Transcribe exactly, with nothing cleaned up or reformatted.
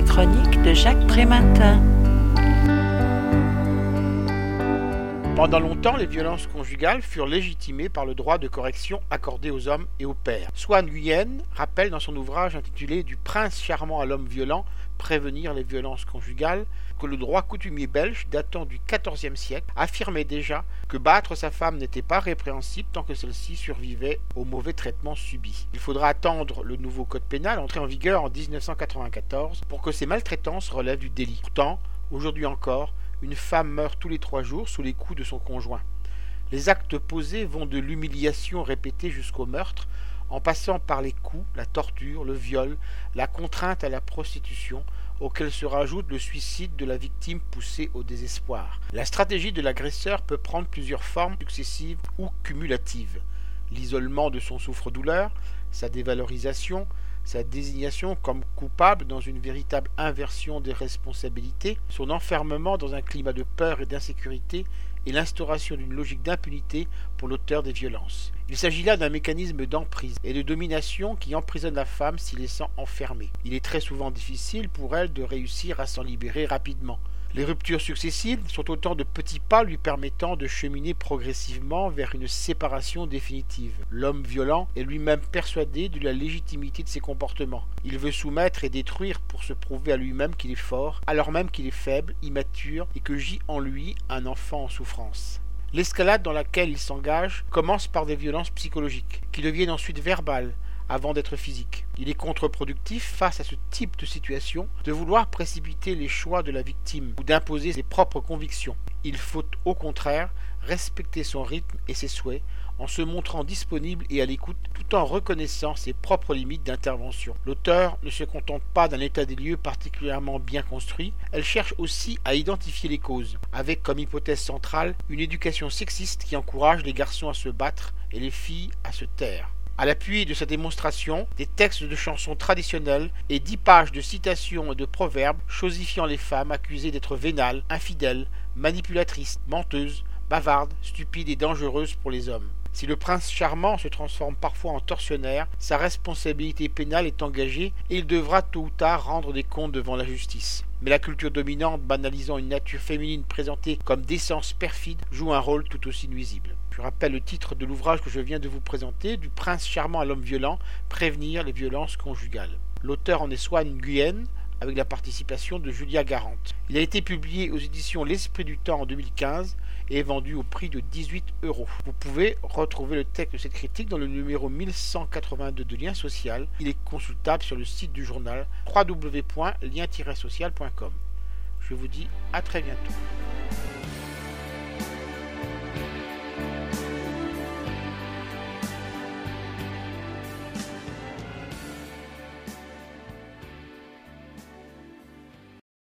chronique de Jacques Prémantin. Pendant longtemps, les violences conjugales furent légitimées par le droit de correction accordé aux hommes et aux pères. Swan Nguyen rappelle dans son ouvrage intitulé « Du prince charmant à l'homme violent, prévenir les violences conjugales » que le droit coutumier belge, datant du quatorzième siècle, affirmait déjà que battre sa femme n'était pas répréhensible tant que celle-ci survivait au mauvais traitement subi. Il faudra attendre le nouveau code pénal entré en vigueur en dix-neuf cent quatre-vingt-quatorze pour que ces maltraitances relèvent du délit. Pourtant, aujourd'hui encore, une femme meurt tous les trois jours sous les coups de son conjoint. Les actes posés vont de l'humiliation répétée jusqu'au meurtre, en passant par les coups, la torture, le viol, la contrainte à la prostitution, auquel se rajoute le suicide de la victime poussée au désespoir. La stratégie de l'agresseur peut prendre plusieurs formes successives ou cumulatives. L'isolement de son souffre-douleur, sa dévalorisation, sa désignation comme coupable dans une véritable inversion des responsabilités, son enfermement dans un climat de peur et d'insécurité et l'instauration d'une logique d'impunité pour l'auteur des violences. Il s'agit là d'un mécanisme d'emprise et de domination qui emprisonne la femme s'y laissant enfermée. Il est très souvent difficile pour elle de réussir à s'en libérer rapidement. Les ruptures successives sont autant de petits pas lui permettant de cheminer progressivement vers une séparation définitive. L'homme violent est lui-même persuadé de la légitimité de ses comportements. Il veut soumettre et détruire pour se prouver à lui-même qu'il est fort, alors même qu'il est faible, immature et que gît en lui un enfant en souffrance. L'escalade dans laquelle il s'engage commence par des violences psychologiques, qui deviennent ensuite verbales, avant d'être physique. Il est contre-productif face à ce type de situation de vouloir précipiter les choix de la victime ou d'imposer ses propres convictions. Il faut au contraire respecter son rythme et ses souhaits en se montrant disponible et à l'écoute tout en reconnaissant ses propres limites d'intervention. L'auteur ne se contente pas d'un état des lieux particulièrement bien construit, elle cherche aussi à identifier les causes, avec comme hypothèse centrale une éducation sexiste qui encourage les garçons à se battre et les filles à se taire. À l'appui de sa démonstration, des textes de chansons traditionnelles et dix pages de citations et de proverbes chosifiant les femmes accusées d'être vénales, infidèles, manipulatrices, menteuses, bavardes, stupides et dangereuses pour les hommes. Si le prince charmant se transforme parfois en tortionnaire, sa responsabilité pénale est engagée et il devra tôt ou tard rendre des comptes devant la justice. Mais la culture dominante, banalisant une nature féminine présentée comme d'essence perfide, joue un rôle tout aussi nuisible. Je rappelle le titre de l'ouvrage que je viens de vous présenter, Du prince charmant à l'homme violent, prévenir les violences conjugales. L'auteur en est Swan Nguyen, avec la participation de Julia Garant. Il a été publié aux éditions L'Esprit du Temps en deux mille quinze et est vendu au prix de dix-huit euros. Vous pouvez retrouver le texte de cette critique dans le numéro mille cent quatre-vingt-deux de Lien Social. Il est consultable sur le site du journal w w w point lien tiret social point com. Je vous dis à très bientôt.